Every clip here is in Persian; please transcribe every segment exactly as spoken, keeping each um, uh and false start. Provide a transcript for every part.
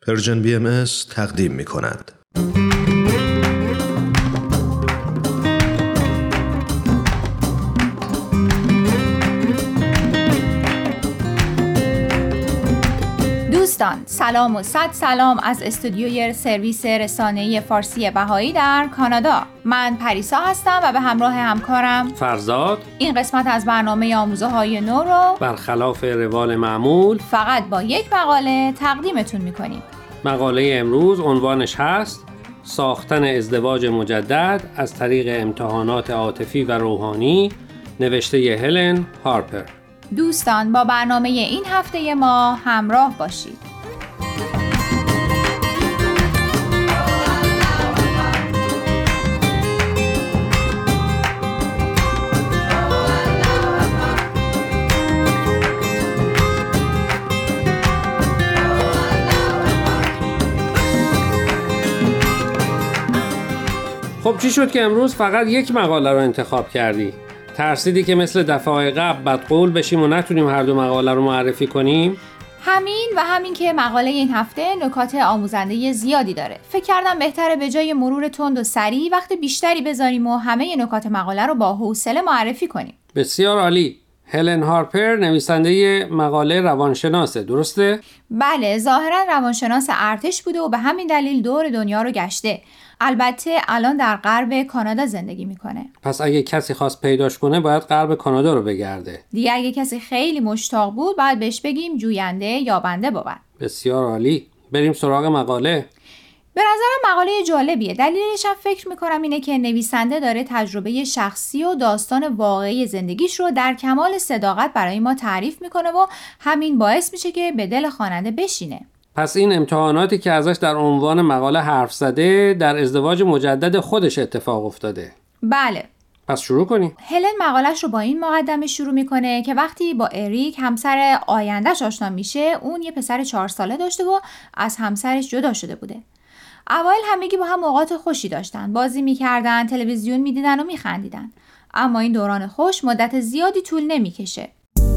پرژن بی ام اس تقدیم می کند. دوستان سلام و صد سلام از استودیوی سرویس رسانه‌ای فارسی بهایی در کانادا. من پریسا هستم و به همراه همکارم فرزاد این قسمت از برنامه آموزه‌های نو رو برخلاف روال معمول فقط با یک مقاله تقدیمتون می‌کنیم. مقاله امروز عنوانش هست ساختن ازدواج مجدد از طریق امتحانات عاطفی و روحانی، نوشته هلن هارپر. دوستان با برنامه این هفته ما همراه باشید. خب چی شد که امروز فقط یک مقاله رو انتخاب کردی؟ ترسیدی که مثل دفعه قبل بدقول بشیم و نتونیم هر دو مقاله رو معرفی کنیم؟ همین و همین که مقاله این هفته نکات آموزنده زیادی داره. فکر کردم بهتره به جای مرور تند و سریع وقت بیشتری بذاریم و همه نکات مقاله رو با حوصله معرفی کنیم. بسیار عالی. هلن هارپر نویسنده مقاله روانشناسه، درسته؟ بله، ظاهرا روانشناس ارتش بوده و به همین دلیل دور دنیا رو گشته. البته الان در غرب کانادا زندگی میکنه. پس اگه کسی خواست پیداش کنه باید غرب کانادا رو بگرده. دیگه اگه کسی خیلی مشتاق بود باید بهش بگیم جوینده یا بنده بود. بسیار عالی. بریم سراغ مقاله. به نظرم مقاله جالبیه. دلیلش هم فکر میکنم اینه که نویسنده داره تجربه شخصی و داستان واقعی زندگیش رو در کمال صداقت برای ما تعریف میکنه و همین باعث میشه که به دل خواننده بشینه. پس این امتحاناتی که ازش در عنوان مقاله حرف زده در ازدواج مجدد خودش اتفاق افتاده. بله. پس شروع کنیم. هلن مقالش رو با این مقدمه شروع میکنه که وقتی با اریک همسر آیندهش آشنا میشه، اون یه پسر چهار ساله داشته و از همسرش جدا شده بوده. اوایل همگی با هم اوقات خوشی داشتن، بازی میکردن، تلویزیون میدیدن و میخندیدن. اما این دوران خوش مدت زیادی طول نمیکشه.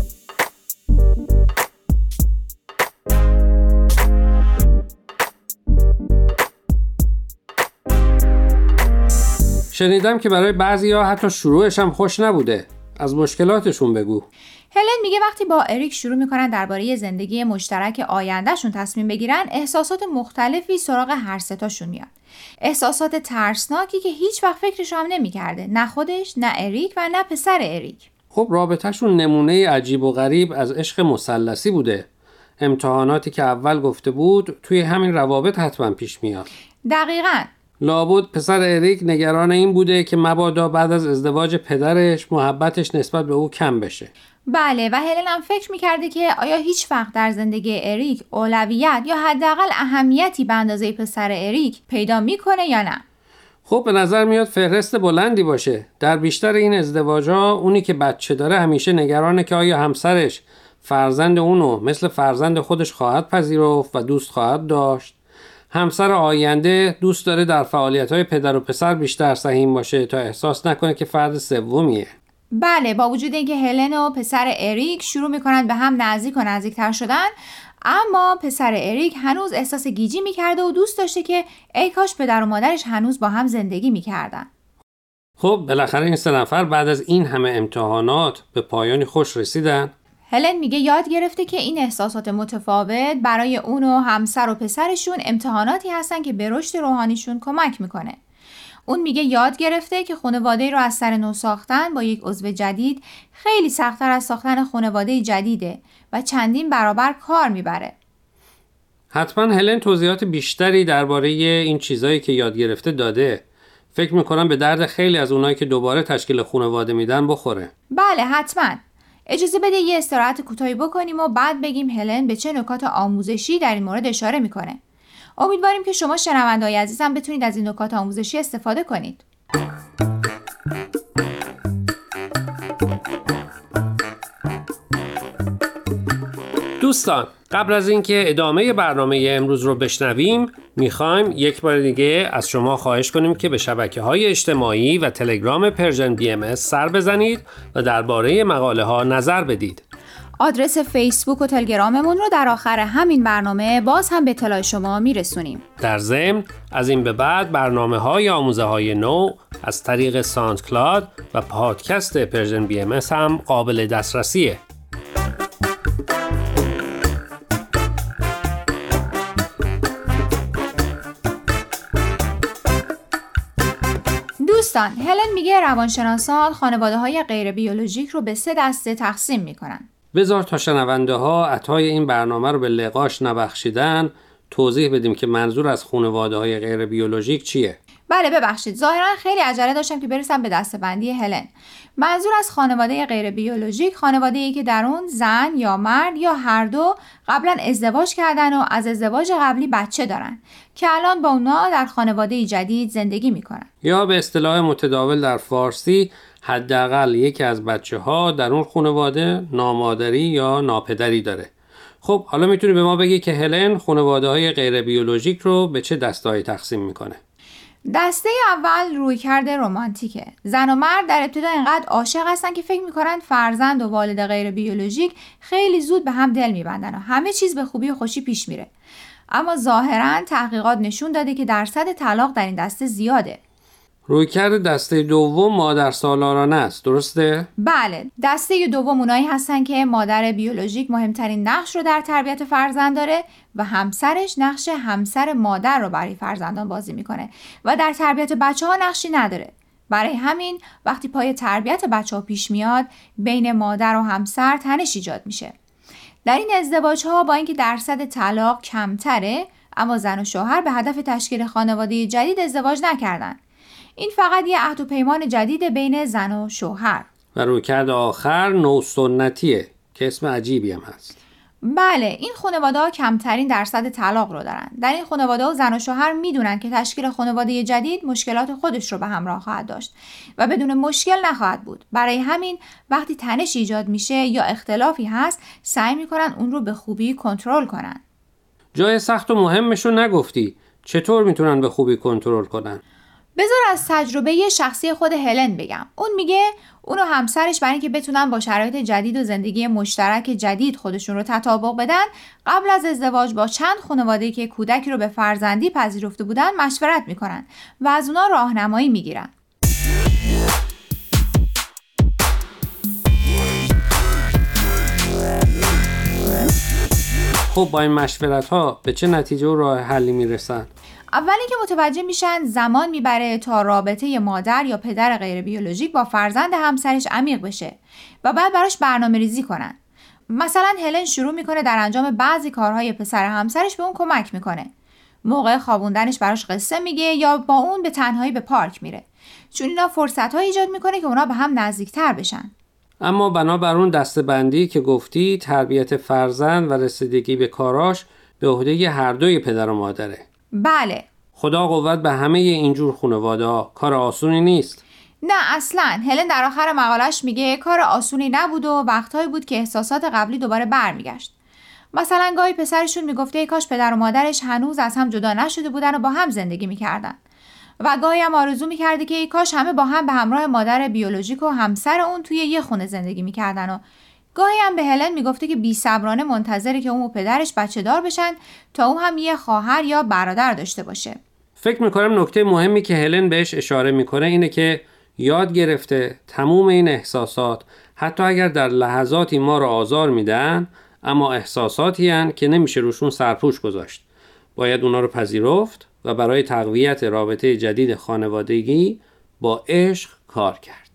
شنیدم که برای بعضی‌ها حتی شروعش هم خوش نبوده. از مشکلاتشون بگو. هلن میگه وقتی با اریک شروع میکنن درباره زندگی مشترک آیندهشون تصمیم بگیرن، احساسات مختلفی سراغ هر ستاشون میاد. احساسات ترسناکی که هیچ وقت فکرش هم نمیکرده، نه خودش، نه اریک و نه پسر اریک. خب رابطه‌شون نمونه عجیب و غریب از عشق مثلثی بوده. امتحاناتی که اول گفته بود توی همین روابط حتما پیش میاد. دقیقاً. لابد پسر اریک نگران این بوده که مبادا بعد از ازدواج پدرش محبتش نسبت به او کم بشه. بله، و هلن هم فکر میکرده که آیا هیچ وقت در زندگی اریک اولویت یا حداقل اهمیتی به اندازه پسر اریک پیدا میکنه یا نه. خب به نظر میاد فهرست بلندی باشه. در بیشتر این ازدواج‌ها اونی که بچه داره همیشه نگرانه که آیا همسرش فرزند اونو مثل فرزند خودش خواهد پذیرفت و دوست خواهد داشت. همسر آینده دوست داره در فعالیت‌های پدر و پسر بیشتر سهیم باشه تا احساس نکنه که فرد سومیه. بله، با وجود اینکه هلن و پسر اریک شروع میکنن به هم نزدیک و نزدیکتر شدن، اما پسر اریک هنوز احساس گیجی میکرده و دوست داشته که ای کاش پدر و مادرش هنوز با هم زندگی میکردن. خب بالاخره این سه نفر بعد از این همه امتحانات به پایانی خوش رسیدن. هلن میگه یاد گرفته که این احساسات متفاوت برای اون و همسر و پسرشون امتحاناتی هستن که به رشد روحانیشون کمک میکنه. اون میگه یاد گرفته که خانواده رو از سر نو ساختن با یک عضو جدید خیلی سخت‌تر از ساختن خانواده جدیده و چندین برابر کار میبره. حتما هلن توضیحات بیشتری درباره این چیزایی که یاد گرفته داده. فکر میکنم به درد خیلی از اونایی که دوباره تشکیل خانواده میدن بخوره. بله حتما. اجازه بده یه استراحت کوتاهی بکنیم و بعد بگیم هلن به چه نکات آموزشی در این مورد اشاره میکنه. امیدواریم که شما شنونده‌های عزیزم بتونید از این نکات آموزشی استفاده کنید. دوستان قبل از اینکه ادامه برنامه امروز رو بشنویم میخوایم یک بار دیگه از شما خواهش کنیم که به شبکه‌های اجتماعی و تلگرام پرژن بی ام اس سر بزنید و درباره مقاله ها نظر بدید. آدرس فیسبوک و تلگراممون رو در آخر همین برنامه باز هم به اطلاع شما میرسونیم. در ضمن از این به بعد برنامه‌های آموزه‌های نو از طریق ساوند کلاود و پادکست پرژن بی ام اس هم قابل دسترسیه. دوستان، هلن میگه روانشناسان خانواده‌های غیر بیولوژیک رو به سه دسته تقسیم میکنن. بذار تا شنونده ها عطای این برنامه رو به لقاش نبخشیدن توضیح بدیم که منظور از خانواده‌های غیر بیولوژیک چیه؟ بله ببخشید، ظاهرا خیلی عجله داشتم که برسم به دسته‌بندی هلن. منظور از خانواده غیر بیولوژیک خانواده‌ای که در اون زن یا مرد یا هر دو قبلا ازدواج کردن و از ازدواج قبلی بچه دارن که الان با اونا در خانواده جدید زندگی میکنن. یا به اصطلاح متداول در فارسی حداقل یکی از بچه‌ها در اون خانواده نامادری یا ناپدری داره. خب حالا میتونی به ما بگی که هلن خانواده‌های غیر بیولوژیک رو به چه دسته‌ای تقسیم میکنه؟ دسته اول رویکرد رمانتیکه. زن و مرد در ابتدا اینقدر عاشق هستن که فکر میکنن فرزند و والد غیر بیولوژیک خیلی زود به هم دل میبندن و همه چیز به خوبی و خوشی پیش میره. اما ظاهراً تحقیقات نشون داده که درصد طلاق در این دسته زیاده. رویکرد دسته دوم مادر سالارانه است، درسته؟ بله، دسته دوم اونایی هستن که مادر بیولوژیک مهمترین نقش رو در تربیت فرزند داره و همسرش نقش همسر مادر رو برای فرزندان بازی میکنه و در تربیت بچه ها نقشی نداره. برای همین وقتی پای تربیت بچه ها پیش میاد بین مادر و همسر تنش ایجاد میشه. در این ازدواج ها با اینکه درصد طلاق کمتره اما زن و شوهر به هدف تشکیل خانواده جدید ازدواج نکردن. این فقط یه عهد و پیمان جدید بین زن و شوهر. و رویکرد آخر نو سنتیه که اسم عجیبی هم هست. بله، این خانواده ها کمترین درصد طلاق رو دارن. در این خانواده ها زن و شوهر میدونن که تشکیل خانواده جدید مشکلات خودش رو به همراه خواهد داشت و بدون مشکل نخواهد بود. برای همین وقتی تنش ایجاد میشه یا اختلافی هست سعی میکنن اون رو به خوبی کنترل کنن. جای سخت و مهمش رو نگفتی. چطور میتونن به خوبی کنترل کنن؟ بذار از تجربه شخصی خود هلن بگم. اون میگه اون و همسرش برای اینکه بتونن با شرایط جدید و زندگی مشترک جدید خودشون رو تطابق بدن قبل از ازدواج با چند خانواده‌ای که کودکی رو به فرزندی پذیرفته بودن مشورت میکنن و از اونا راهنمایی میگیرن. خب با این مشورت ها به چه نتیجه و راه حلی میرسن؟ اولی که متوجه میشن زمان میبره تا رابطه مادر یا پدر غیر بیولوژیک با فرزند همسرش عمیق بشه و بعد براش برنامه ریزی کنن. مثلا هلن شروع میکنه در انجام بعضی کارهای پسر همسرش به اون کمک میکنه. موقع خوابوندنش براش قصه میگه یا با اون به تنهایی به پارک میره. چون اینا فرصت‌ها ایجاد میکنه که اونا به هم نزدیکتر بشن. اما بنابر اون دسته‌بندی که گفتی تربیت فرزند و رسیدگی به کاراش به عهده هر دوی پدر و مادره. بله. خدا قوت به همه اینجور خانواده‌ها، کار آسونی نیست. نه اصلاً. هلن در آخر مقالش میگه کار آسونی نبود و وقتایی بود که احساسات قبلی دوباره برمیگشت. مثلا گاهی پسرشون میگفته ای کاش پدر و مادرش هنوز از هم جدا نشده بودن و با هم زندگی میکردن و گاهی هم آرزو میکرده که ای کاش همه با هم به همراه مادر بیولوژیک و همسر اون توی یه خونه زندگی میکردن و گاهی هم به هلن میگفته که بی‌صبرانه منتظره که اون و پدرش بچه دار بشن تا اون هم یه خواهر یا برادر داشته باشه. فکر میکنم نکته مهمی که هلن بهش اشاره میکنه اینه که یاد گرفته تموم این احساسات حتی اگر در لحظاتی ما رو آزار میدن اما احساساتی هن که نمیشه روشون سرپوش گذاشت. باید اونا رو پذیرفت و برای تقویت رابطه جدید خانوادگی با عشق کار کرد.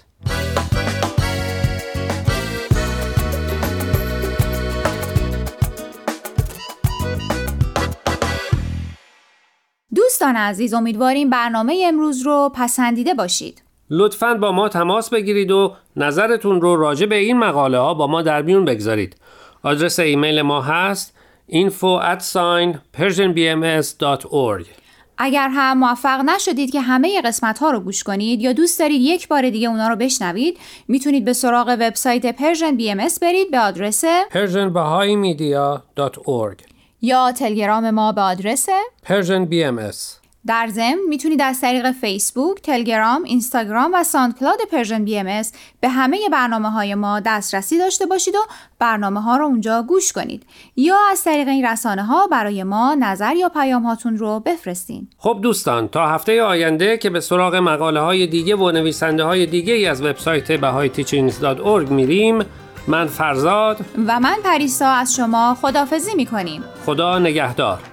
دوستان عزیز، امیدواریم برنامه امروز رو پسندیده باشید. لطفاً با ما تماس بگیرید و نظرتون رو راجع به این مقاله ها با ما در میون بگذارید. آدرس ایمیل ما هست info at persian b m s dot org. اگر هم موفق نشدید که همه قسمت ها رو گوش کنید یا دوست دارید یک بار دیگه اونا رو بشنوید، میتونید به سراغ وبسایت Persian بی ام اس برید به آدرس persian bahai media dot org یا تلگرام ما به آدرس Persian بی ام اس. در ضمن میتونید از طریق فیسبوک، تلگرام، اینستاگرام و ساندکلاود پرژن بی ام اس به همه برنامه‌های ما دسترسی داشته باشید و برنامه‌ها رو اونجا گوش کنید یا از طریق این رسانه‌ها برای ما نظر یا پیام هاتون رو بفرستین. خب دوستان، تا هفته آینده که به سراغ مقاله‌های دیگه و نویسنده‌های دیگه از وبسایت بهای تیچینگز دات اورگ میریم. من فرزاد و من پریسا از شما خداحافظی می‌کنیم. خدا نگهدار.